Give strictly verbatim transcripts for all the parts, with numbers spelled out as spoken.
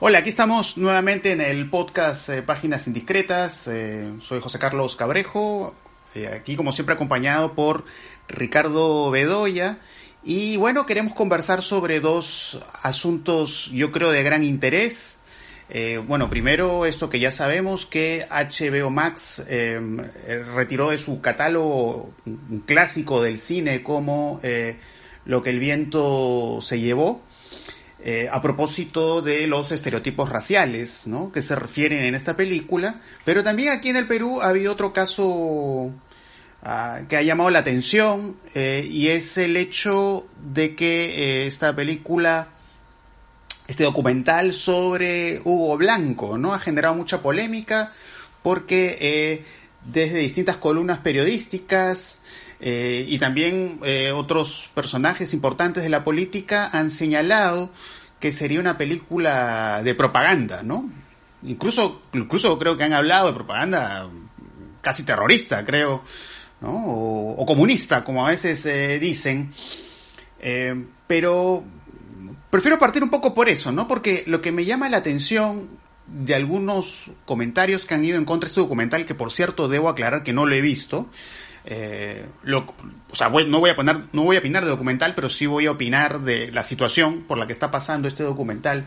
Hola, aquí estamos nuevamente en el podcast eh, Páginas Indiscretas. Eh, soy José Carlos Cabrejo, eh, aquí como siempre acompañado por Ricardo Bedoya. Y bueno, queremos conversar sobre dos asuntos, yo creo, de gran interés. Eh, bueno, primero esto que ya sabemos, que H B O Max eh, retiró de su catálogo un clásico del cine como eh, Lo que el viento se llevó. Eh, a propósito de los estereotipos raciales, ¿no?, que se refieren en esta película, pero también aquí en el Perú ha habido otro caso uh, que ha llamado la atención, eh, y es el hecho de que eh, esta película, este documental sobre Hugo Blanco, ¿no?, ha generado mucha polémica porque eh, desde distintas columnas periodísticas Eh, y también eh, otros personajes importantes de la política han señalado que sería una película de propaganda, ¿no? Incluso, incluso creo que han hablado de propaganda casi terrorista, creo, ¿no? O, o comunista, como a veces eh, dicen. Eh, pero prefiero partir un poco por eso, ¿no? Porque lo que me llama la atención de algunos comentarios que han ido en contra de este documental, que por cierto debo aclarar que no lo he visto. Eh, lo, o sea, voy, no voy a poner, no voy a opinar de documental, pero sí voy a opinar de la situación por la que está pasando este documental.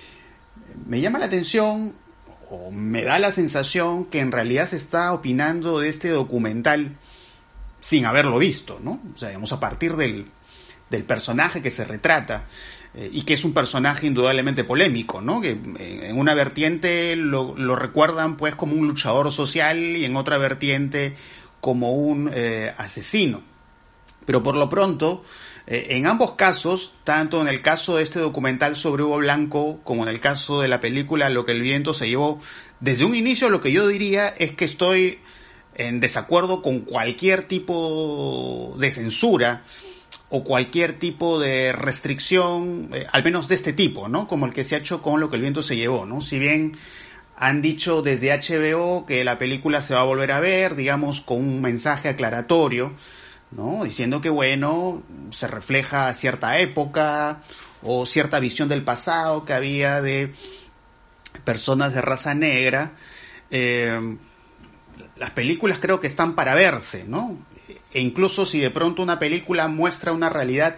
Me llama la atención, o me da la sensación, que en realidad se está opinando de este documental sin haberlo visto, ¿no? O sea, digamos, a partir del, del personaje que se retrata, eh, y que es un personaje indudablemente polémico, ¿no? Que eh, en una vertiente lo, lo recuerdan pues como un luchador social y en otra vertiente como un eh, asesino. Pero por lo pronto, eh, en ambos casos, tanto en el caso de este documental sobre Hugo Blanco como en el caso de la película Lo que el viento se llevó, desde un inicio lo que yo diría es que estoy en desacuerdo con cualquier tipo de censura o cualquier tipo de restricción, eh, al menos de este tipo, ¿no? Como el que se ha hecho con Lo que el viento se llevó, ¿no? Si bien han dicho desde H B O que la película se va a volver a ver, digamos, con un mensaje aclaratorio, ¿no?, diciendo que, bueno, se refleja cierta época o cierta visión del pasado que había de personas de raza negra. Eh, las películas creo que están para verse, ¿no? E incluso si de pronto una película muestra una realidad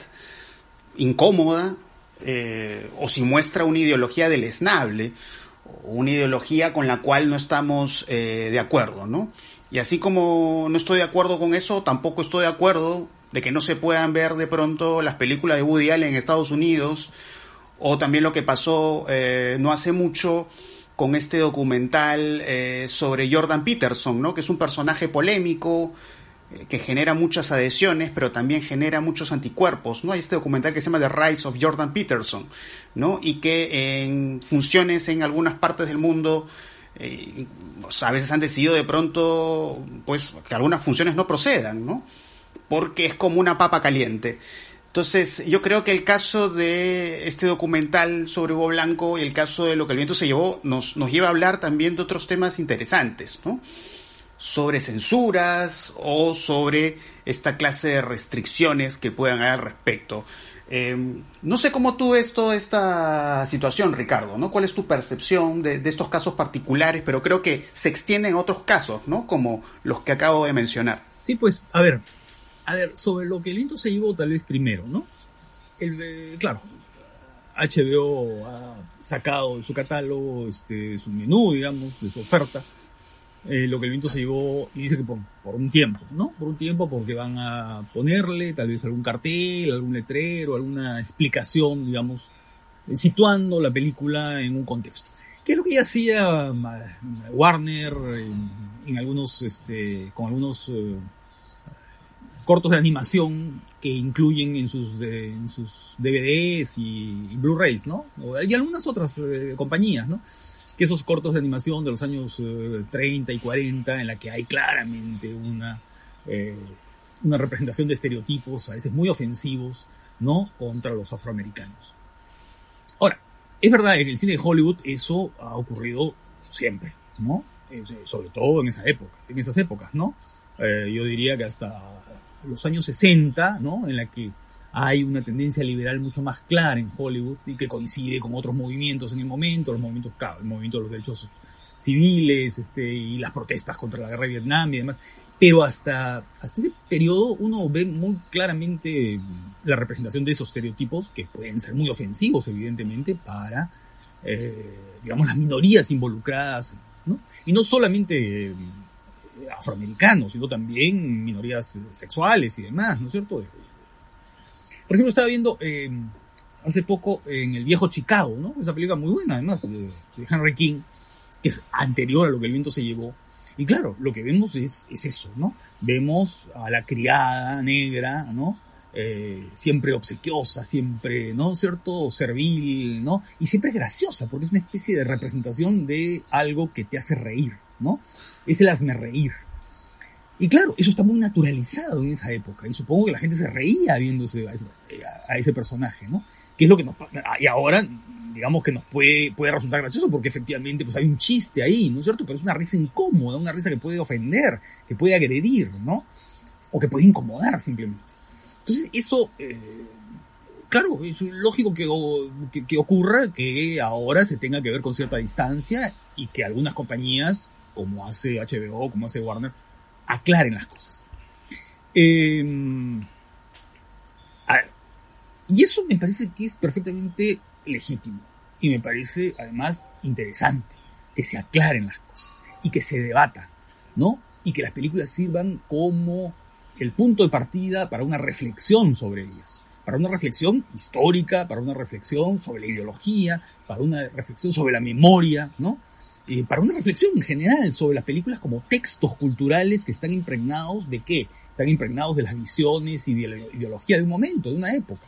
incómoda, eh, o si muestra una ideología deleznable, una ideología con la cual no estamos eh, de acuerdo, ¿no? Y así como no estoy de acuerdo con eso, tampoco estoy de acuerdo de que no se puedan ver de pronto las películas de Woody Allen en Estados Unidos, o también lo que pasó eh, no hace mucho con este documental eh, sobre Jordan Peterson, ¿no?, que es un personaje polémico, que genera muchas adhesiones, pero también genera muchos anticuerpos, ¿no? Hay este documental que se llama The Rise of Jordan Peterson, ¿no?, y que en funciones en algunas partes del mundo, eh, o sea, a veces han decidido de pronto, pues, que algunas funciones no procedan, ¿no?, porque es como una papa caliente. Entonces, yo creo que el caso de este documental sobre Hugo Blanco y el caso de Lo que el viento se llevó nos, nos lleva a hablar también de otros temas interesantes, ¿no?, sobre censuras o sobre esta clase de restricciones que puedan haber al respecto. Eh, no sé cómo tú ves toda esta situación, Ricardo, ¿no? ¿Cuál es tu percepción de, de estos casos particulares? Pero creo que se extienden a otros casos, ¿no?, como los que acabo de mencionar. Sí, pues, a ver, a ver, sobre Lo que el viento se llevó, tal vez primero, ¿no? El, eh, claro, H B O ha sacado de su catálogo este, su menú, digamos, de su oferta, Eh, Lo que el viento se llevó, y dice que por, por un tiempo, ¿no? Por un tiempo, porque van a ponerle tal vez algún cartel, algún letrero, alguna explicación, digamos, situando la película en un contexto. ¿Qué es lo que ya hacía Warner en, en algunos, este, con algunos eh, cortos de animación que incluyen en sus, de, en sus D V Ds y, y Blu-rays, ¿no? Y algunas otras eh, compañías, ¿no? Que esos cortos de animación de los años eh, treinta y cuarenta, en la que hay claramente una, eh, una representación de estereotipos, a veces muy ofensivos, ¿no?, contra los afroamericanos. Ahora, es verdad que en el cine de Hollywood eso ha ocurrido siempre, ¿no? Eh, sobre todo en esa época, en esas épocas, ¿no? Eh, yo diría que hasta los años sesenta, ¿no? En la que hay una tendencia liberal mucho más clara en Hollywood y que coincide con otros movimientos en el momento, los movimientos, claro, el movimiento de los derechos civiles, este, y las protestas contra la guerra de Vietnam y demás. Pero hasta, hasta ese periodo uno ve muy claramente la representación de esos estereotipos que pueden ser muy ofensivos, evidentemente, para, eh, digamos, las minorías involucradas, ¿no? Y no solamente eh, afroamericanos, sino también minorías sexuales y demás, ¿no es cierto? Por ejemplo, estaba viendo eh, hace poco en El Viejo Chicago, ¿no? Esa película muy buena, además, de, de Henry King, que es anterior a Lo que el viento se llevó. Y claro, lo que vemos es, es eso, ¿no? Vemos a la criada negra, ¿no? Eh, siempre obsequiosa, siempre, ¿no? ¿Cierto? Servil, ¿no? Y siempre graciosa, porque es una especie de representación de algo que te hace reír, ¿no? Es el hazme reír. Y claro, eso está muy naturalizado en esa época. Y supongo que la gente se reía viendo ese, a, ese, a ese personaje, ¿no? Que es lo que nos pasa. Y ahora, digamos que nos puede, puede resultar gracioso porque efectivamente pues hay un chiste ahí, ¿no es cierto? Pero es una risa incómoda, una risa que puede ofender, que puede agredir, ¿no? O que puede incomodar simplemente. Entonces eso, eh, claro, es lógico que, que, que ocurra que ahora se tenga que ver con cierta distancia y que algunas compañías, como hace H B O, como hace Warner, aclaren las cosas. Eh, a ver, y eso me parece que es perfectamente legítimo. Y me parece, además, interesante que se aclaren las cosas y que se debata, ¿no? Y que las películas sirvan como el punto de partida para una reflexión sobre ellas. Para una reflexión histórica, para una reflexión sobre la ideología, para una reflexión sobre la memoria, ¿no? Eh, para una reflexión en general sobre las películas como textos culturales que están impregnados ¿de qué? Están impregnados de las visiones y de la ideología de un momento, de una época.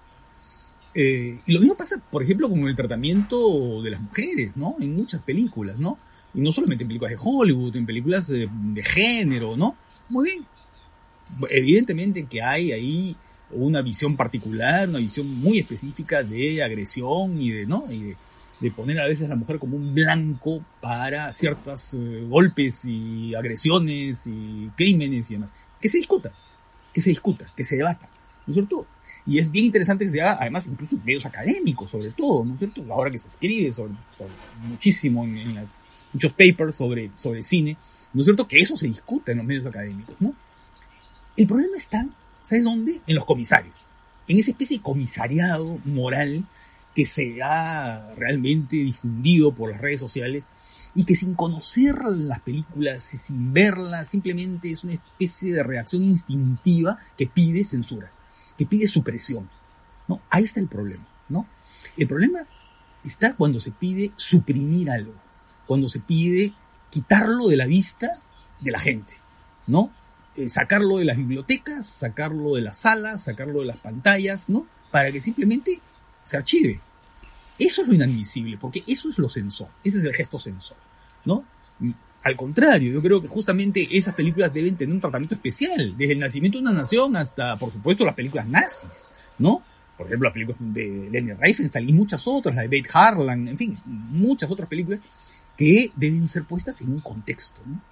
Eh, y lo mismo pasa, por ejemplo, con el tratamiento de las mujeres, ¿no? En muchas películas, ¿no? Y no solamente en películas de Hollywood, en películas de, de género, ¿no? Muy bien. Evidentemente que hay ahí una visión particular, una visión muy específica de agresión y de, ¿no? Y de, de poner a veces a la mujer como un blanco para ciertos eh, golpes y agresiones y crímenes y demás. Que se discuta, que se discuta, que se debata, ¿no es cierto? Y es bien interesante que se haga, además, incluso en medios académicos, sobre todo, ¿no es cierto? Ahora que se escribe sobre, sobre muchísimo en, en las, muchos papers sobre, sobre cine, ¿no es cierto? Que eso se discuta en los medios académicos, ¿no? El problema está, ¿sabes dónde? En los comisarios. En esa especie de comisariado moral que se ha realmente difundido por las redes sociales y que sin conocer las películas y sin verlas, simplemente es una especie de reacción instintiva que pide censura, que pide supresión, ¿no? Ahí está el problema, ¿no? El problema está cuando se pide suprimir algo, cuando se pide quitarlo de la vista de la gente, ¿no? Eh, sacarlo de las bibliotecas, sacarlo de las salas, sacarlo de las pantallas, ¿no? Para que simplemente se archive. Eso es lo inadmisible, porque eso es lo censor, ese es el gesto censor, ¿no? Al contrario, yo creo que justamente esas películas deben tener un tratamiento especial, desde El nacimiento de una nación hasta, por supuesto, las películas nazis, ¿no? Por ejemplo, las películas de Leni Riefenstahl y muchas otras, la de Bate Harlan, en fin, muchas otras películas que deben ser puestas en un contexto, ¿no?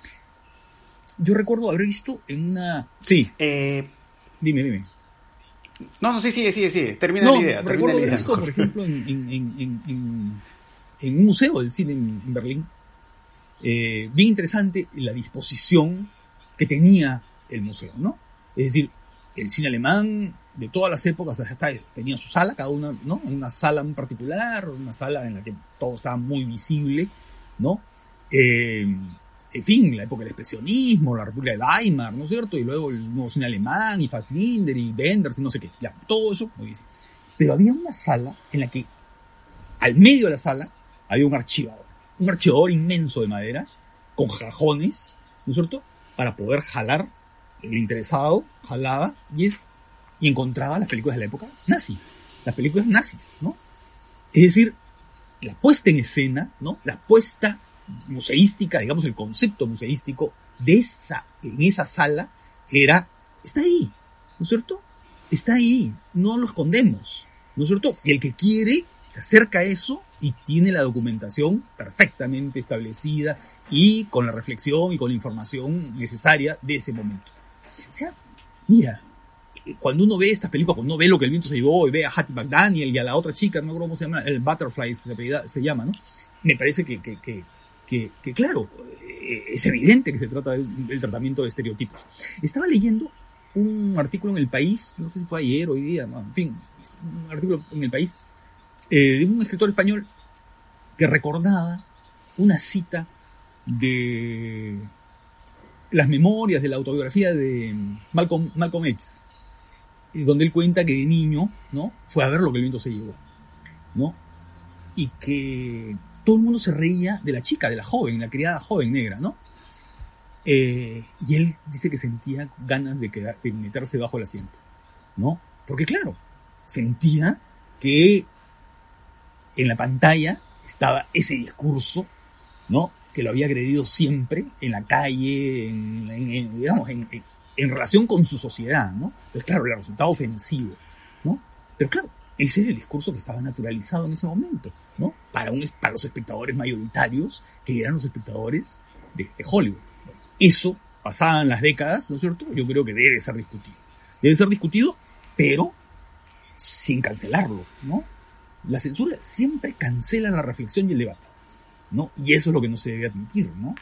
Yo recuerdo haber visto en una... Sí. Eh... Dime, dime. No, no, sí, sigue, sigue, sigue. Termina no, la idea. Recuerdo termina haber la idea visto, mejor. por ejemplo, en, en, en, en, en un museo del cine en, en Berlín, eh, bien interesante la disposición que tenía el museo, ¿no? Es decir, el cine alemán de todas las épocas hasta tenía su sala, cada una, ¿no? En una sala en particular, una sala en la que todo estaba muy visible, ¿no? Eh, en fin, la época del expresionismo, la República de Weimar, ¿no es cierto? Y luego el nuevo cine alemán, y Fassbinder, y Wenders, y no sé qué. Ya, todo eso, muy visible. Pero había una sala en la que, al medio de la sala, había un archivador. Un archivador inmenso de madera, con cajones, ¿no es cierto? Para poder jalar, el interesado jalaba y, es, y encontraba las películas de la época nazi. Las películas nazis, ¿no? Es decir, la puesta en escena, ¿no? La puesta museística, digamos el concepto museístico de esa, en esa sala era, está ahí, ¿no es cierto? Está ahí, no lo escondemos, ¿no es cierto? Y el que quiere se acerca a eso y tiene la documentación perfectamente establecida y con la reflexión y con la información necesaria de ese momento. O sea, mira, cuando uno ve estas películas, cuando uno ve Lo que el viento se llevó y ve a Hattie McDaniel y a la otra chica, no me acuerdo cómo se llama, el Butterfly se, apellida, se llama, ¿no? Me parece que, que, que, que, que claro, es evidente que se trata del, del tratamiento de estereotipos. Estaba leyendo un artículo en El País, no sé si fue ayer o hoy día, no, en fin, un artículo en El País, eh, de un escritor español que recordaba una cita de las memorias de la autobiografía de Malcolm, Malcolm X, donde él cuenta que de niño, ¿no?, fue a ver Lo que el viento se llevó, ¿no? Y que todo el mundo se reía de la chica, de la joven, la criada joven negra, ¿no? Eh, y él dice que sentía ganas de, quedar, de meterse bajo el asiento, ¿no? Porque claro, sentía que en la pantalla estaba ese discurso, ¿no?, que lo había agredido siempre en la calle, en, en, en, digamos, en, en, en relación con su sociedad, ¿no? Entonces, claro, le resultaba ofensivo, ¿no? Pero claro, ese era el discurso que estaba naturalizado en ese momento, ¿no? Para, un, para los espectadores mayoritarios, que eran los espectadores de, de Hollywood. Eso, pasaban las décadas, ¿no es cierto? Yo creo que debe ser discutido. Debe ser discutido, pero sin cancelarlo, ¿no? La censura siempre cancela la reflexión y el debate, ¿no? Y eso es lo que no se debe admitir, ¿no?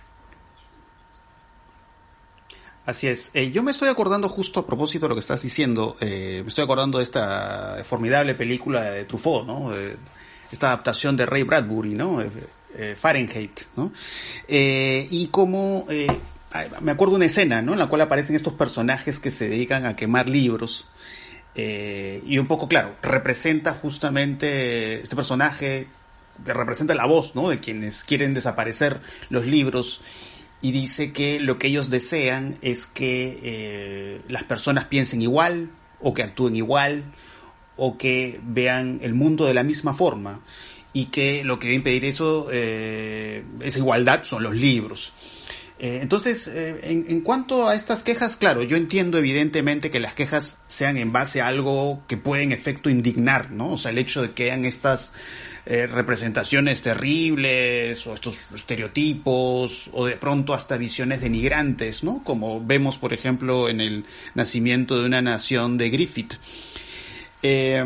Así es. Eh, yo me estoy acordando justo a propósito de lo que estás diciendo. Eh, me estoy acordando de esta formidable película de Truffaut, ¿no? Eh, esta adaptación de Ray Bradbury, ¿no? Eh, eh, Fahrenheit, ¿no? Eh, y como eh, me acuerdo de una escena, ¿no?, en la cual aparecen estos personajes que se dedican a quemar libros. Eh, y un poco, claro, representa justamente este personaje que representa la voz, ¿no?, de quienes quieren desaparecer los libros, y dice que lo que ellos desean es que eh, las personas piensen igual, o que actúen igual, o que vean el mundo de la misma forma, y que lo que debe impedir eso, eh, esa igualdad, son los libros. Eh, entonces, eh, en, en cuanto a estas quejas, claro, yo entiendo evidentemente que las quejas sean en base a algo que puede en efecto indignar, ¿no? O sea, el hecho de que hayan estas eh, representaciones terribles, o estos estereotipos, o de pronto hasta visiones denigrantes, ¿no? Como vemos, por ejemplo, en El nacimiento de una nación de Griffith. Eh,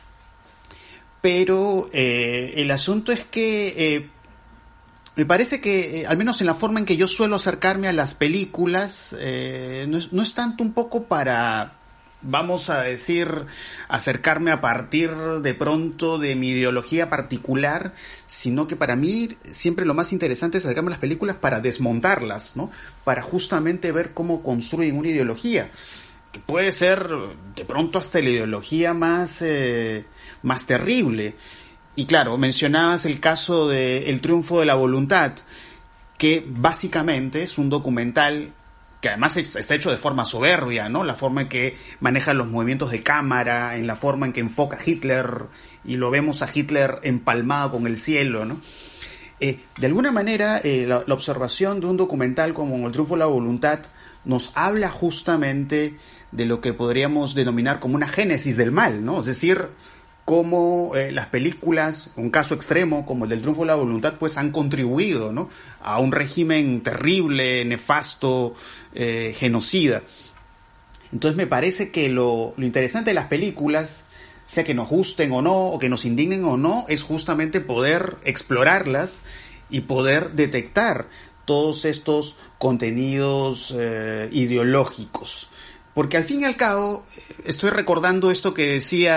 pero eh, el asunto es que eh, me parece que, eh, al menos en la forma en que yo suelo acercarme a las películas, eh, no, es, no es tanto un poco para, vamos a decir, acercarme a partir de pronto de mi ideología particular, sino que para mí siempre lo más interesante es acercarme a las películas para desmontarlas, ¿no? Para justamente ver cómo construyen una ideología, que puede ser de pronto hasta la ideología más, eh, más terrible. Y claro, mencionabas el caso de El triunfo de la voluntad, que básicamente es un documental que además está hecho de forma soberbia, ¿no? La forma en que maneja los movimientos de cámara, en la forma en que enfoca a Hitler, y lo vemos a Hitler empalmado con el cielo, ¿no? Eh, de alguna manera, eh, la, la observación de un documental como El triunfo de la voluntad nos habla justamente de lo que podríamos denominar como una génesis del mal, ¿no? Es decir, cómo eh, las películas, un caso extremo como el del triunfo de la voluntad, pues han contribuido, ¿no?, a un régimen terrible, nefasto, eh, genocida. Entonces me parece que lo, lo interesante de las películas, sea que nos gusten o no, o que nos indignen o no, es justamente poder explorarlas y poder detectar todos estos contenidos eh, ideológicos. Porque al fin y al cabo, estoy recordando esto que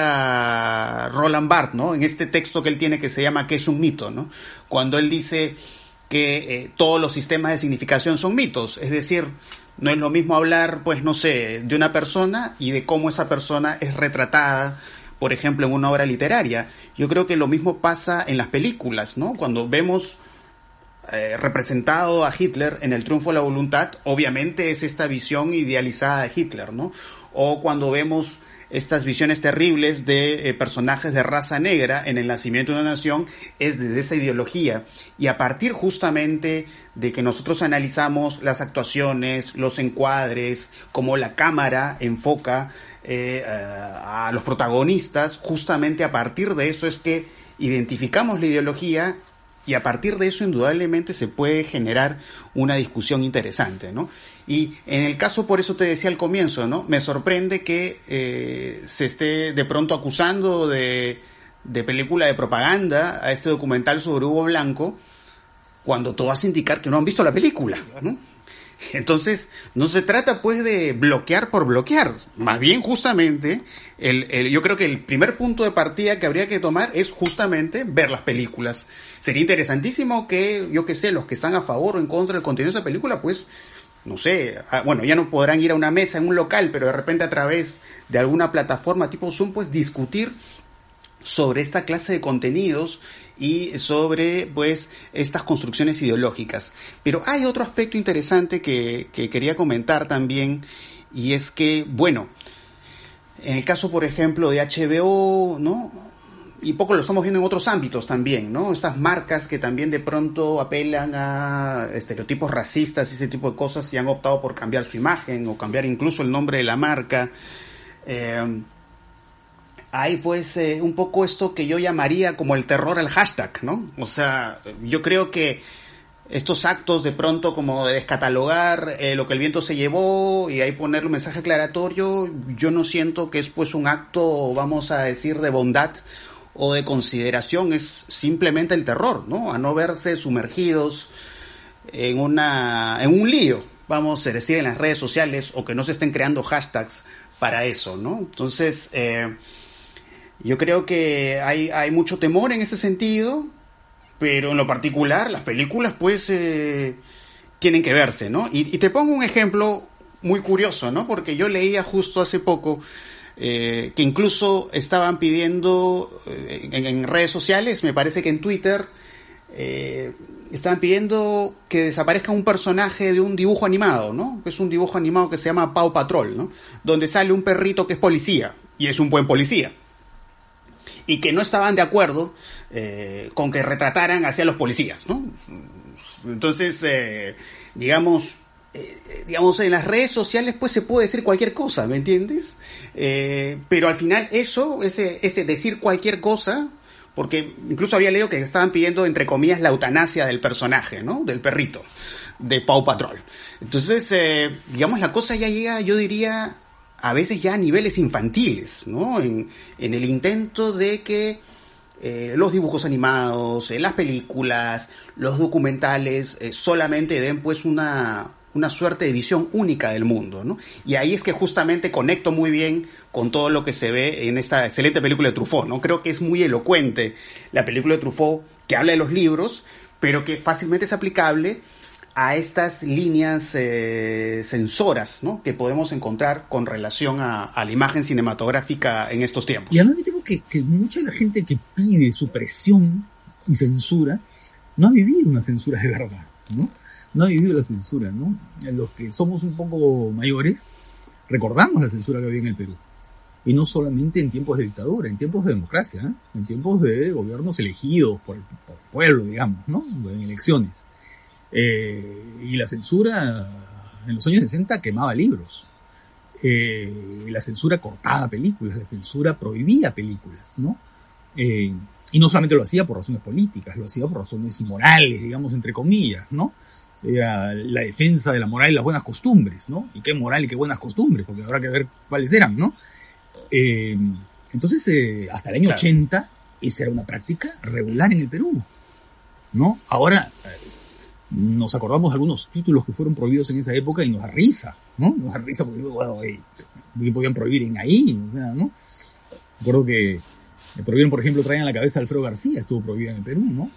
decía Roland Barthes, ¿no?, en este texto que él tiene que se llama ¿Qué es un mito?, ¿no?, cuando él dice que eh, todos los sistemas de significación son mitos. Es decir, no es lo mismo hablar, pues no sé, de una persona y de cómo esa persona es retratada, por ejemplo, en una obra literaria. Yo creo que lo mismo pasa en las películas, ¿no? Cuando vemos Eh, representado a Hitler en El triunfo de la voluntad, obviamente es esta visión idealizada de Hitler, ¿no? O cuando vemos estas visiones terribles de eh, personajes de raza negra en El nacimiento de una nación, es desde esa ideología. Y a partir justamente de que nosotros analizamos las actuaciones, los encuadres, cómo la cámara enfoca eh, a los protagonistas, justamente a partir de eso es que identificamos la ideología y a partir de eso indudablemente se puede generar una discusión interesante, ¿no? Y en el caso, por eso te decía al comienzo, ¿no? Me sorprende que eh, se esté de pronto acusando de, de película de propaganda a este documental sobre Hugo Blanco, cuando todo hace indicar que no han visto la película, ¿no? Entonces, no se trata pues de bloquear por bloquear, más bien justamente, el, el, yo creo que el primer punto de partida que habría que tomar es justamente ver las películas. Sería interesantísimo que, yo qué sé, los que están a favor o en contra del contenido de esa película, pues, no sé, a, bueno, ya no podrán ir a una mesa en un local, pero de repente a través de alguna plataforma tipo Zoom, pues discutir sobre esta clase de contenidos y sobre pues estas construcciones ideológicas. Pero hay otro aspecto interesante que, que quería comentar también, y es que, bueno, en el caso, por ejemplo, de H B O, ¿no? Y poco lo estamos viendo en otros ámbitos también, ¿no? Estas marcas que también de pronto apelan a estereotipos racistas y ese tipo de cosas y han optado por cambiar su imagen o cambiar incluso el nombre de la marca. Eh, Hay pues eh, un poco esto que yo llamaría como el terror al hashtag, ¿no? O sea, yo creo que estos actos de pronto como de descatalogar eh, lo que el viento se llevó y ahí ponerle un mensaje aclaratorio, yo no siento que es pues un acto, vamos a decir, de bondad o de consideración, es simplemente el terror, ¿no? A no verse sumergidos en una en un lío, vamos a decir, en las redes sociales, o que no se estén creando hashtags para eso, ¿no? Entonces, eh, yo creo que hay, hay mucho temor en ese sentido, pero en lo particular las películas pues eh, tienen que verse, ¿no? Y, y te pongo un ejemplo muy curioso, ¿no? Porque yo leía justo hace poco eh, que incluso estaban pidiendo eh, en, en redes sociales, me parece que en Twitter, eh, estaban pidiendo que desaparezca un personaje de un dibujo animado, ¿no? Es un dibujo animado que se llama Paw Patrol, ¿no? Donde sale un perrito que es policía, y es un buen policía. Y que no estaban de acuerdo eh, con que retrataran hacia los policías, ¿no? Entonces, eh, digamos, eh, digamos, en las redes sociales pues se puede decir cualquier cosa, ¿me entiendes? Eh, pero al final eso, ese, ese decir cualquier cosa, porque incluso había leído que estaban pidiendo, entre comillas, la eutanasia del personaje, ¿no? Del perrito, de Paw Patrol. Entonces, eh, digamos, la cosa ya llega, yo diría, a veces ya a niveles infantiles, ¿no? En, en el intento de que eh, los dibujos animados, eh, las películas, los documentales eh, solamente den pues una, una suerte de visión única del mundo, ¿no? Y ahí es que justamente conecto muy bien con todo lo que se ve en esta excelente película de Truffaut, ¿no? Creo que es muy elocuente la película de Truffaut, que habla de los libros, pero que fácilmente es aplicable a estas líneas eh, censoras, ¿no? Que podemos encontrar con relación a, a la imagen cinematográfica en estos tiempos. Y además me temo que, que mucha de la gente que pide supresión y censura no ha vivido una censura de verdad, ¿no? No ha vivido la censura, ¿no? Los que somos un poco mayores recordamos la censura que había en el Perú. Y no solamente en tiempos de dictadura, en tiempos de democracia, ¿eh? En tiempos de gobiernos elegidos por el, por el pueblo, digamos, ¿no? En elecciones. Eh, y la censura en los años sesenta quemaba libros, eh, la censura cortaba películas, la censura prohibía películas, ¿no? Eh, y no solamente lo hacía por razones políticas, lo hacía por razones morales, digamos, entre comillas, ¿no? Era la defensa de la moral y las buenas costumbres, ¿no? Y qué moral y qué buenas costumbres, porque habrá que ver cuáles eran, ¿no? Eh, entonces, eh, hasta el año claro. ochenta, esa era una práctica regular en el Perú, ¿no? Ahora nos acordamos de algunos títulos que fueron prohibidos en esa época y nos da risa, ¿no? Nos da risa porque, bueno, hey, ¿qué podían prohibir en ahí? O sea, ¿no? Recuerdo que prohibieron, por ejemplo, Traían la cabeza de Alfredo García, estuvo prohibida en el Perú, ¿no?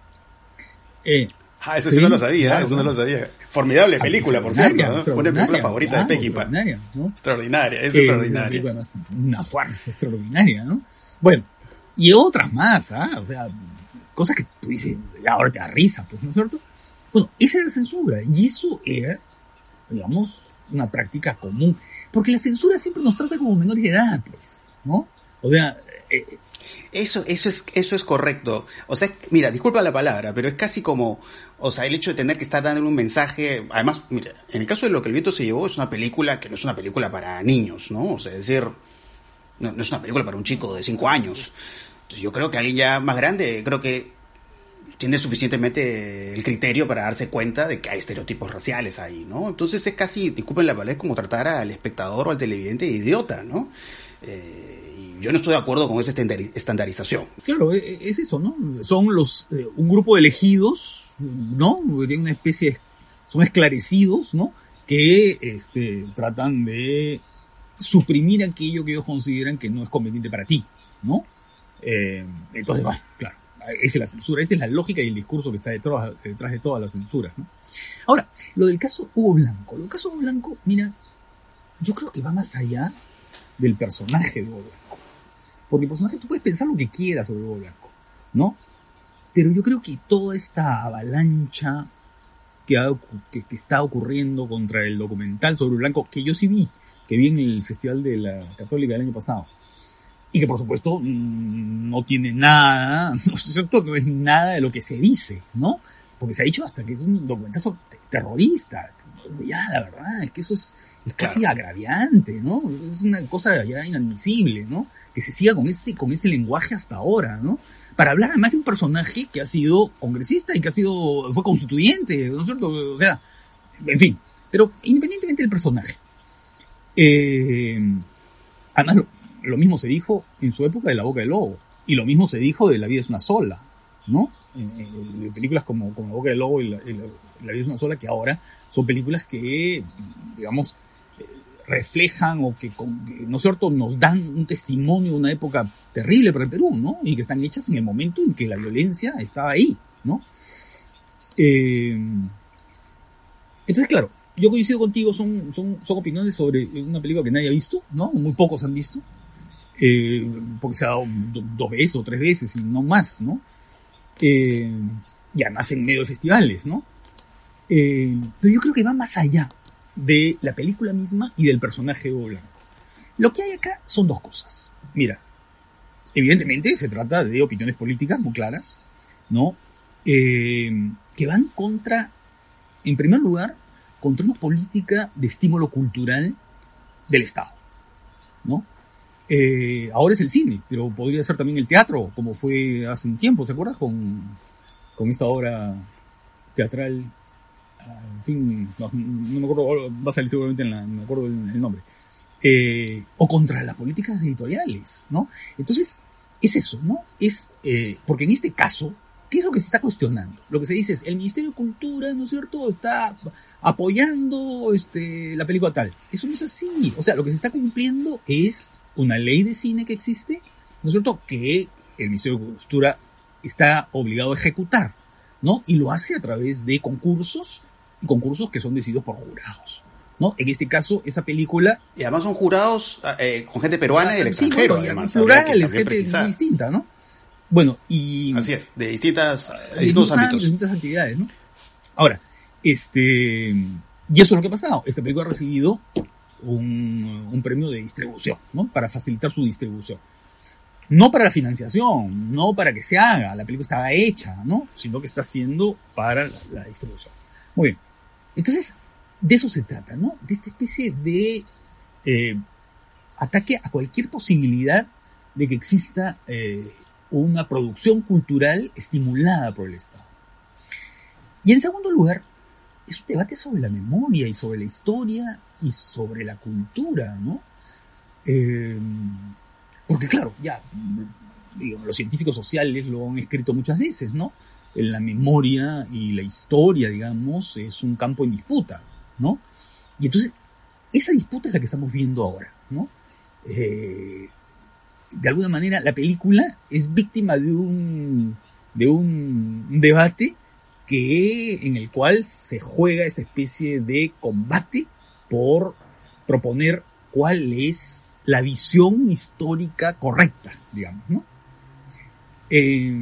Eh, ah, eso sí, sí no lo sabía, claro, eso no lo sabía. Formidable película, por cierto, ¿no? Una película favorita claro, de Peckinpah. Extraordinaria, ¿no? Extraordinaria, es eh, extraordinaria. Una, una fuerza extraordinaria, ¿no? Bueno, y otras más, ¿ah? O sea, cosas que tú dices, ahora te da risa, pues, ¿no es cierto? Bueno, esa era la censura, y eso era, digamos, una práctica común. Porque la censura siempre nos trata como menores de edad, pues, ¿no? O sea... Eh, Eso, eso es, eso es correcto. O sea, mira, disculpa la palabra, pero es casi como, o sea, el hecho de tener que estar dando un mensaje, además, mira, en el caso de Lo que el viento se llevó, es una película que no es una película para niños, ¿no? O sea, es decir, no, no es una película para un chico de cinco años. Entonces yo creo que alguien ya más grande, creo que tiene suficientemente el criterio para darse cuenta de que hay estereotipos raciales ahí, ¿no? Entonces es casi, disculpen la palabra, es como tratar al espectador o al televidente de idiota, ¿no? Eh, y yo no estoy de acuerdo con esa estandarización. Claro, es eso, ¿no? Son los eh, un grupo de elegidos, ¿no? Tienen una especie de, son esclarecidos, ¿no? Que este, tratan de suprimir aquello que ellos consideran que no es conveniente para ti, ¿no? Eh, entonces, bueno, claro, esa es la censura, esa es la lógica y el discurso que está detrás, detrás de todas las censuras, ¿no? Ahora, lo del caso Hugo Blanco. Lo del caso Hugo Blanco, mira, yo creo que va más allá del personaje de Hugo Blanco. Porque el personaje, tú puedes pensar lo que quieras sobre Hugo Blanco, ¿no? Pero yo creo que toda esta avalancha que, ha, que, que está ocurriendo contra el documental sobre Hugo Blanco, que yo sí vi, que vi en el Festival de la Católica del año pasado, y que por supuesto no tiene nada, ¿no es cierto? No es nada de lo que se dice, ¿no? Porque se ha dicho hasta que es un documental terrorista. Ya, la verdad, es que eso es, es casi claro. agraviante, ¿no? Es una cosa ya inadmisible, ¿no? Que se siga con ese, con ese lenguaje hasta ahora, ¿no? Para hablar además de un personaje que ha sido congresista y que ha sido, fue constituyente, ¿no es cierto? O sea, en fin. Pero independientemente del personaje, eh, además lo, lo mismo se dijo en su época de La Boca del Lobo, y lo mismo se dijo de La Vida es una sola, ¿no? En, en, en películas como, como La Boca del Lobo y la, y la, la Vida es una sola, que ahora son películas que, digamos, eh, reflejan o que, con, ¿no es cierto?, nos dan un testimonio de una época terrible para el Perú, ¿no? Y que están hechas en el momento en que la violencia estaba ahí, ¿no? Eh, entonces, claro, yo coincido contigo, son, son, son opiniones sobre una película que nadie ha visto, ¿no? Muy pocos han visto, eh, porque se ha dado do, dos veces o tres veces y no más, ¿no? Eh, y además en medio de festivales, ¿no? Eh, pero yo creo que va más allá de la película misma y del personaje de Hugo Blanco. Lo que hay acá son dos cosas. Mira, evidentemente se trata de opiniones políticas muy claras, ¿no? Eh, que van contra, en primer lugar, contra una política de estímulo cultural del Estado, ¿no? Eh, ahora es el cine, pero podría ser también el teatro, como fue hace un tiempo, ¿te acuerdas? Con, con esta obra teatral, en fin, no, no me acuerdo, va a salir seguramente en la, no me acuerdo el, el nombre. Eh, o contra las políticas editoriales, ¿no? Entonces, es eso, ¿no? Es, eh, porque en este caso, ¿qué es lo que se está cuestionando? Lo que se dice es, el Ministerio de Cultura, ¿no es cierto?, está apoyando este, la película tal. Eso no es así. O sea, lo que se está cumpliendo es una ley de cine que existe, ¿no es cierto?, que el Ministerio de Cultura está obligado a ejecutar, ¿no? Y lo hace a través de concursos, y concursos que son decididos por jurados, ¿no? En este caso, esa película... Y además son jurados eh, con gente peruana y del sí, extranjero, bueno, además. Plurales, gente precisar. distinta, ¿no? Bueno, y... Así es, de distintas, de distintos ámbitos. De distintas actividades, ¿no? Ahora, este... Y eso es lo que ha pasado. Esta película ha recibido un, un premio de distribución, ¿no? Para facilitar su distribución. No para la financiación, no para que se haga, la película estaba hecha, ¿no? Sino que está haciendo para la, la distribución. Muy bien. Entonces, de eso se trata, ¿no? De esta especie de eh, ataque a cualquier posibilidad de que exista eh, una producción cultural estimulada por el Estado. Y en segundo lugar, es un debate sobre la memoria y sobre la historia y sobre la cultura, ¿no? Eh, porque claro, ya, digamos, los científicos sociales lo han escrito muchas veces, ¿no? La memoria y la historia, digamos, es un campo en disputa, ¿no? Y entonces, esa disputa es la que estamos viendo ahora, ¿no? Eh, de alguna manera, la película es víctima de un, de un debate que, en el cual se juega esa especie de combate por proponer cuál es la visión histórica correcta, digamos, ¿no? Eh,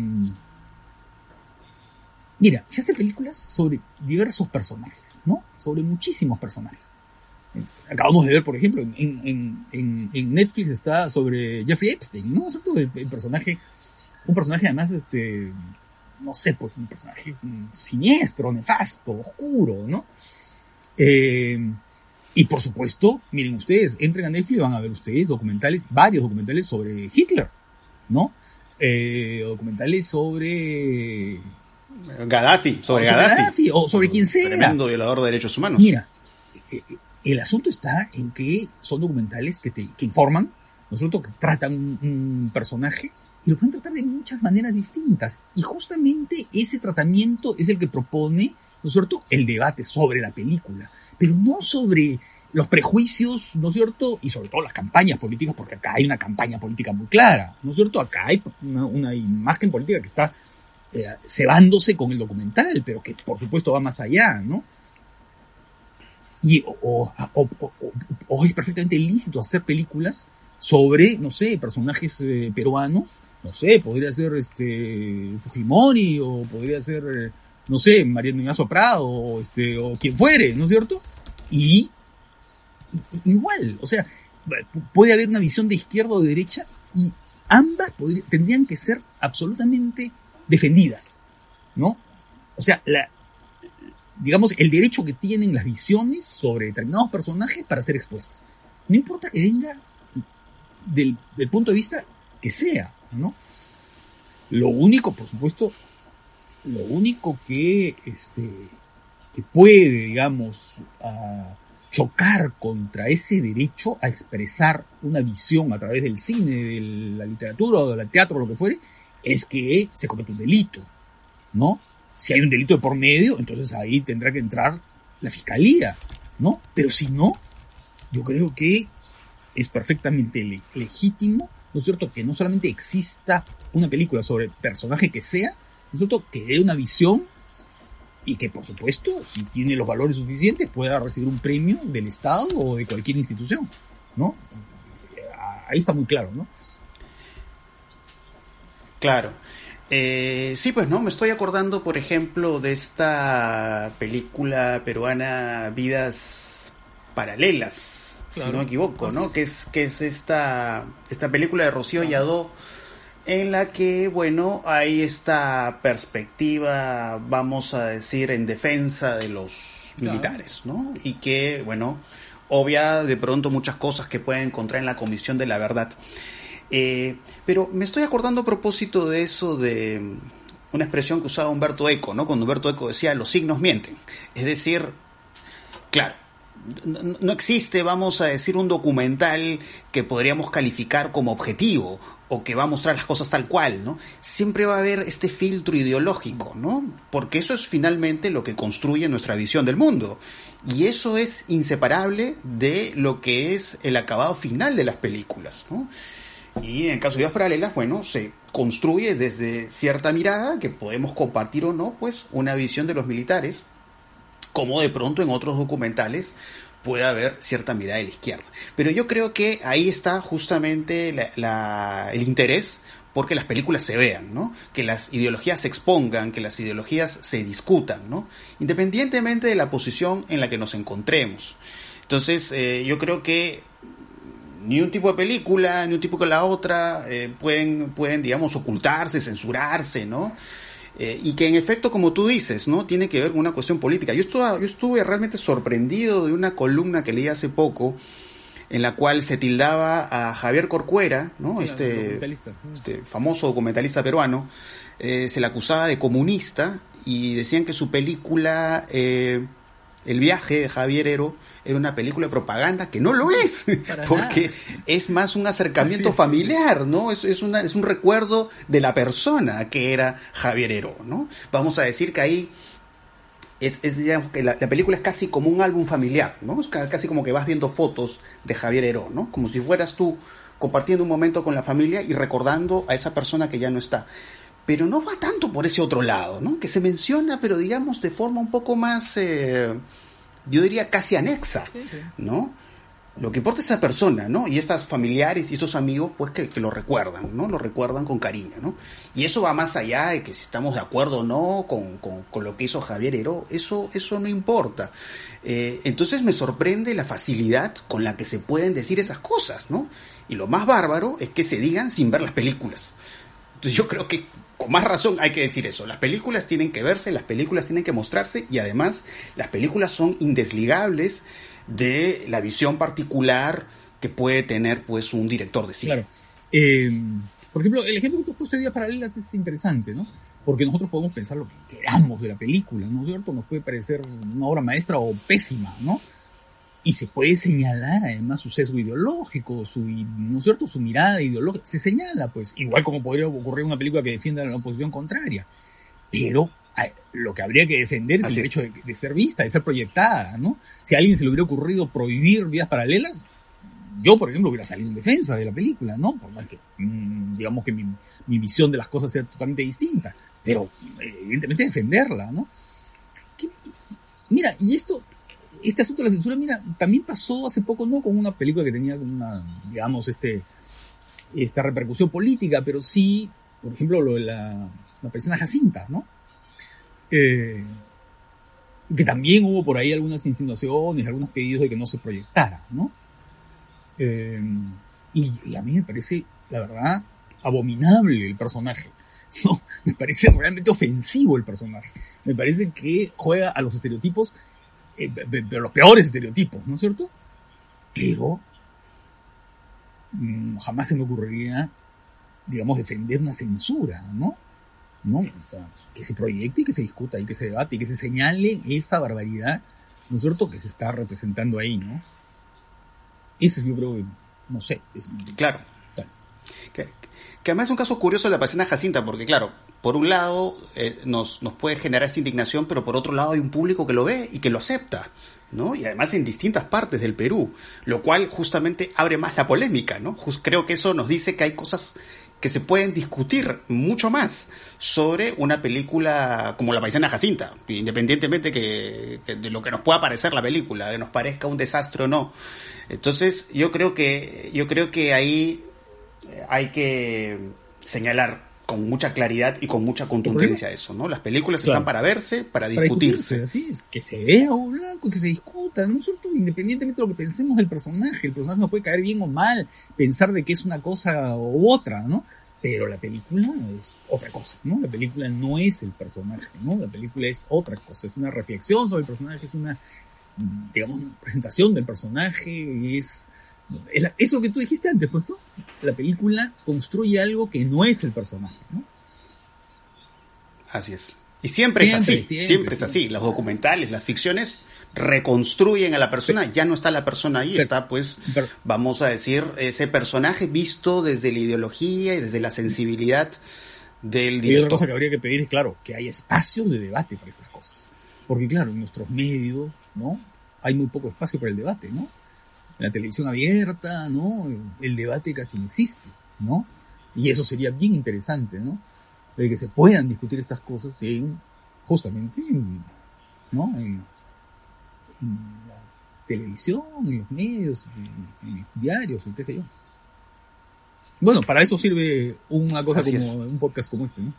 mira, se hacen películas sobre diversos personajes, ¿no? Sobre muchísimos personajes. Acabamos de ver, por ejemplo, en, en, en, en Netflix está sobre Jeffrey Epstein, ¿no? El, el personaje, un personaje además, este, no sé, pues un personaje siniestro, nefasto, oscuro, ¿no? Eh, y por supuesto, miren ustedes, entren a Netflix y van a ver ustedes documentales, varios documentales sobre Hitler, ¿no? Eh, documentales sobre Gaddafi, sobre, o sobre Gaddafi. Gaddafi, o sobre quien sea. Tremendo violador de derechos humanos. Mira, el asunto está en que son documentales que, te, que informan, ¿no es cierto?, que tratan un, un personaje y lo pueden tratar de muchas maneras distintas. Y justamente ese tratamiento es el que propone, ¿no es cierto?, el debate sobre la película, pero no sobre los prejuicios, ¿no es cierto?, y sobre todo las campañas políticas, porque acá hay una campaña política muy clara, ¿no es cierto? Acá hay una, una imagen política que está eh, cebándose con el documental, pero que por supuesto va más allá, ¿no? Y, o, o, o, o, o es perfectamente lícito hacer películas sobre, no sé, personajes eh, peruanos, no sé, podría ser este Fujimori, o podría ser, eh, no sé, María Ignacio Prado, o, este, o quien fuere, ¿no es cierto? Y Y, igual, o sea, puede haber una visión de izquierda o de derecha y ambas podría, tendrían que ser absolutamente defendidas, ¿no? O sea, la, digamos, el derecho que tienen las visiones sobre determinados personajes para ser expuestas. No importa que venga del, del punto de vista que sea, ¿no? Lo único, por supuesto, lo único que, este, que puede, digamos, uh, chocar contra ese derecho a expresar una visión a través del cine, de la literatura o del teatro o lo que fuere, es que se comete un delito, ¿no? Si hay un delito de por medio, entonces ahí tendrá que entrar la fiscalía, ¿no? Pero si no, yo creo que es perfectamente le- legítimo, ¿no es cierto?, que no solamente exista una película sobre el personaje que sea, ¿no es cierto?, que dé una visión y que, por supuesto, si tiene los valores suficientes, pueda recibir un premio del Estado o de cualquier institución, ¿no? Ahí está muy claro, ¿no? Claro. Eh, sí, pues no, me estoy acordando, por ejemplo, de esta película peruana Vidas Paralelas, claro, si no me equivoco, ¿no? Es. Que es que es esta esta película de Rocío claro. Yadó, en la que, bueno, hay esta perspectiva, vamos a decir, en defensa de los militares, claro. ¿no? Y que, bueno, obvia de pronto muchas cosas que pueden encontrar en la Comisión de la Verdad. Eh, pero me estoy acordando a propósito de eso, de una expresión que usaba Humberto Eco, ¿no? Cuando Humberto Eco decía, los signos mienten. Es decir, claro, no, no existe, vamos a decir, un documental que podríamos calificar como objetivo o que va a mostrar las cosas tal cual, ¿no? Siempre va a haber este filtro ideológico, ¿no? Porque eso es finalmente lo que construye nuestra visión del mundo. Y eso es inseparable de lo que es el acabado final de las películas, ¿no? Y en el caso de Vidas Paralelas, bueno, se construye desde cierta mirada que podemos compartir o no, pues, una visión de los militares, como de pronto en otros documentales puede haber cierta mirada de la izquierda. Pero yo creo que ahí está justamente la, la, el interés porque las películas se vean, ¿no? Que las ideologías se expongan, que las ideologías se discutan, ¿no? Independientemente de la posición en la que nos encontremos. Entonces, eh, yo creo que ni un tipo de película, ni un tipo con la otra eh, pueden, pueden, digamos, ocultarse, censurarse, ¿no? Eh, y que en efecto, como tú dices, ¿no? Tiene que ver con una cuestión política. Yo estuve, yo estuve realmente sorprendido de una columna que leí hace poco, en la cual se tildaba a Javier Corcuera, ¿no? Sí, este, este famoso documentalista peruano, eh, se le acusaba de comunista y decían que su película, eh, El viaje de Javier Heró, era una película de propaganda, que no lo es, para porque nada. Es más un acercamiento sí, familiar, ¿no? Es, es, una, es un recuerdo de la persona que era Javier Heró, ¿no? Vamos a decir que ahí es, es digamos, que la, la película es casi como un álbum familiar, ¿no? Es casi como que vas viendo fotos de Javier Heró, ¿no? Como si fueras tú compartiendo un momento con la familia y recordando a esa persona que ya no está. Pero no va tanto por ese otro lado, ¿no? Que se menciona, pero digamos de forma un poco más, eh, yo diría casi anexa, ¿no? Lo que importa es esa persona, ¿no? Y estas familiares y estos amigos, pues que, que lo recuerdan, ¿no? Lo recuerdan con cariño, ¿no? Y eso va más allá de que si estamos de acuerdo o no con, con, con lo que hizo Javier Heró, eso, eso no importa. Eh, entonces me sorprende la facilidad con la que se pueden decir esas cosas, ¿no? Y lo más bárbaro es que se digan sin ver las películas. Entonces yo creo que con más razón hay que decir eso. Las películas tienen que verse, las películas tienen que mostrarse y además las películas son indesligables de la visión particular que puede tener pues un director de cine. Claro. Eh, por ejemplo, el ejemplo que tú pusiste de Vidas Paralelas es interesante, ¿no? porque nosotros podemos pensar lo que queramos de la película, ¿no es cierto? Nos puede parecer una obra maestra o pésima, ¿no? Y se puede señalar además su sesgo ideológico, su, ¿no es cierto?, su mirada ideológica. Se señala, pues, igual como podría ocurrir una película que defienda la oposición contraria. Pero lo que habría que defender es Así el derecho de, de ser vista, de ser proyectada, ¿no? Si a alguien se le hubiera ocurrido prohibir vidas paralelas, yo, por ejemplo, hubiera salido en defensa de la película, ¿no? Por más que, mmm, digamos que mi, mi visión de las cosas sea totalmente distinta. Pero, evidentemente, defenderla, ¿no? ¿Qué? Mira, y esto... Este asunto de la censura, mira, también pasó hace poco, no con una película que tenía una, digamos, este, esta repercusión política, pero sí, por ejemplo, lo de la, la paisana Jacinta, ¿no? Eh, que también hubo por ahí algunas insinuaciones, algunos pedidos de que no se proyectara, ¿no? Eh, y, y a mí me parece, la verdad, abominable el personaje, ¿no? Me parece realmente ofensivo el personaje. Me parece que juega a los estereotipos, pero los peores estereotipos, ¿no es cierto? Pero mmm, jamás se me ocurriría, digamos, defender una censura, ¿no? No, o sea, que se proyecte y que se discuta y que se debate y que se señale esa barbaridad, ¿no es cierto?, que se está representando ahí, ¿no? Ese es, yo creo, no sé. Es, claro. Que, que además es un caso curioso de la paisana Jacinta, porque claro, por un lado eh, nos, nos puede generar esta indignación, pero por otro lado hay un público que lo ve y que lo acepta, ¿no? Y además en distintas partes del Perú, lo cual justamente abre más la polémica, ¿no? Just, creo que eso nos dice que hay cosas que se pueden discutir mucho más sobre una película como La paisana Jacinta, independientemente que, que de lo que nos pueda parecer la película, que nos parezca un desastre o no. Entonces yo creo que yo creo que ahí hay que señalar con mucha claridad y con mucha contundencia eso, ¿no? Las películas claro. están para verse, para discutirse. Para discutirse, así es, que se vea o blanco, que se discuta, ¿no? Nosotros, independientemente de lo que pensemos del personaje, el personaje nos puede caer bien o mal, pensar de que es una cosa u otra, ¿no? Pero la película es otra cosa, ¿no? La película no es el personaje, ¿no? La película es otra cosa, es una reflexión sobre el personaje, es una, digamos, una presentación del personaje, es... Es lo que tú dijiste antes, pues, ¿no? La película construye algo que no es el personaje, ¿no? Así es. Y siempre, siempre es así, siempre, siempre es así. Los documentales, las ficciones reconstruyen a la persona, pero, ya no está la persona ahí, pero, está pues, pero, vamos a decir, ese personaje visto desde la ideología y desde la sensibilidad del director. Y otra cosa que habría que pedir es, claro, que haya espacios de debate para estas cosas. Porque, claro, en nuestros medios, ¿no? Hay muy poco espacio para el debate, ¿no? En la televisión abierta, ¿no? El debate casi no existe, ¿no? Y eso sería bien interesante, ¿no? De que se puedan discutir estas cosas en, justamente, en, ¿no? En, en la televisión, en los medios, en, en los diarios, en qué sé yo. Bueno, para eso sirve una cosa Así como es. un podcast como este, ¿no?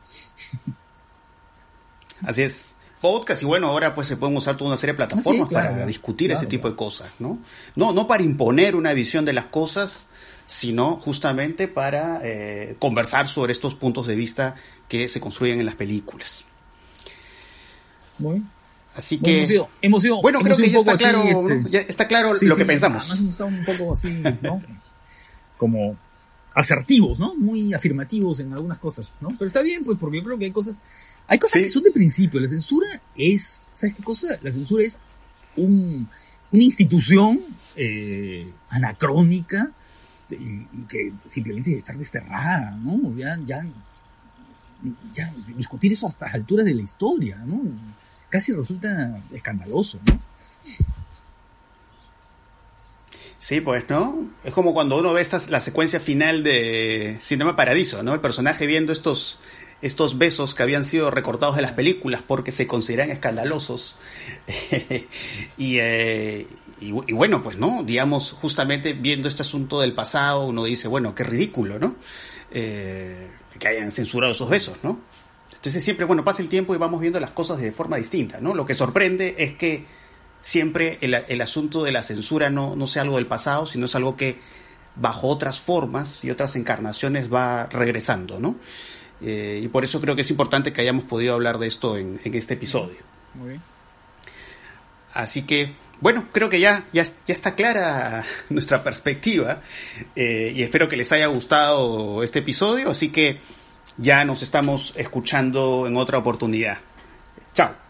Así es. Podcast y bueno, ahora pues se pueden usar toda una serie de plataformas ah, sí, claro, para discutir claro, ese tipo claro. de cosas, ¿no? No, no para imponer una visión de las cosas, sino justamente para eh, conversar sobre estos puntos de vista que se construyen en las películas. Bueno. Así que bueno, hemos ido, hemos ido, bueno, hemos creo que ya está, así, claro, este, ¿no? Ya está claro sí, lo sí, que pensamos. Además hemos estado un poco así, ¿no? Como asertivos, ¿no? Muy afirmativos en algunas cosas, ¿no? Pero está bien, pues, porque yo creo que hay cosas, hay cosas sí. que son de principio. La censura es, ¿sabes qué cosa? La censura es un, una institución eh, anacrónica y, y que simplemente debe estar desterrada, ¿no? Ya, ya, ya discutir eso hasta las alturas de la historia, ¿no? Casi resulta escandaloso, ¿no? Sí, pues, ¿no? Es como cuando uno ve esta, la secuencia final de Cinema Paradiso, ¿no? El personaje viendo estos, estos besos que habían sido recortados de las películas porque se consideran escandalosos. y, eh, y, y bueno, pues, ¿no? Digamos, justamente viendo este asunto del pasado, uno dice, bueno, qué ridículo, ¿no? Eh, que hayan censurado esos besos, ¿no? Entonces siempre, bueno, pasa el tiempo y vamos viendo las cosas de forma distinta, ¿no? Lo que sorprende es que siempre el, el asunto de la censura no, no sea algo del pasado, sino es algo que bajo otras formas y otras encarnaciones va regresando, ¿no? Eh, y por eso creo que es importante que hayamos podido hablar de esto en, en este episodio. Muy bien. Así que, bueno, creo que ya, ya, ya está clara nuestra perspectiva eh, y espero que les haya gustado este episodio, así que Ya nos estamos escuchando en otra oportunidad. Chao.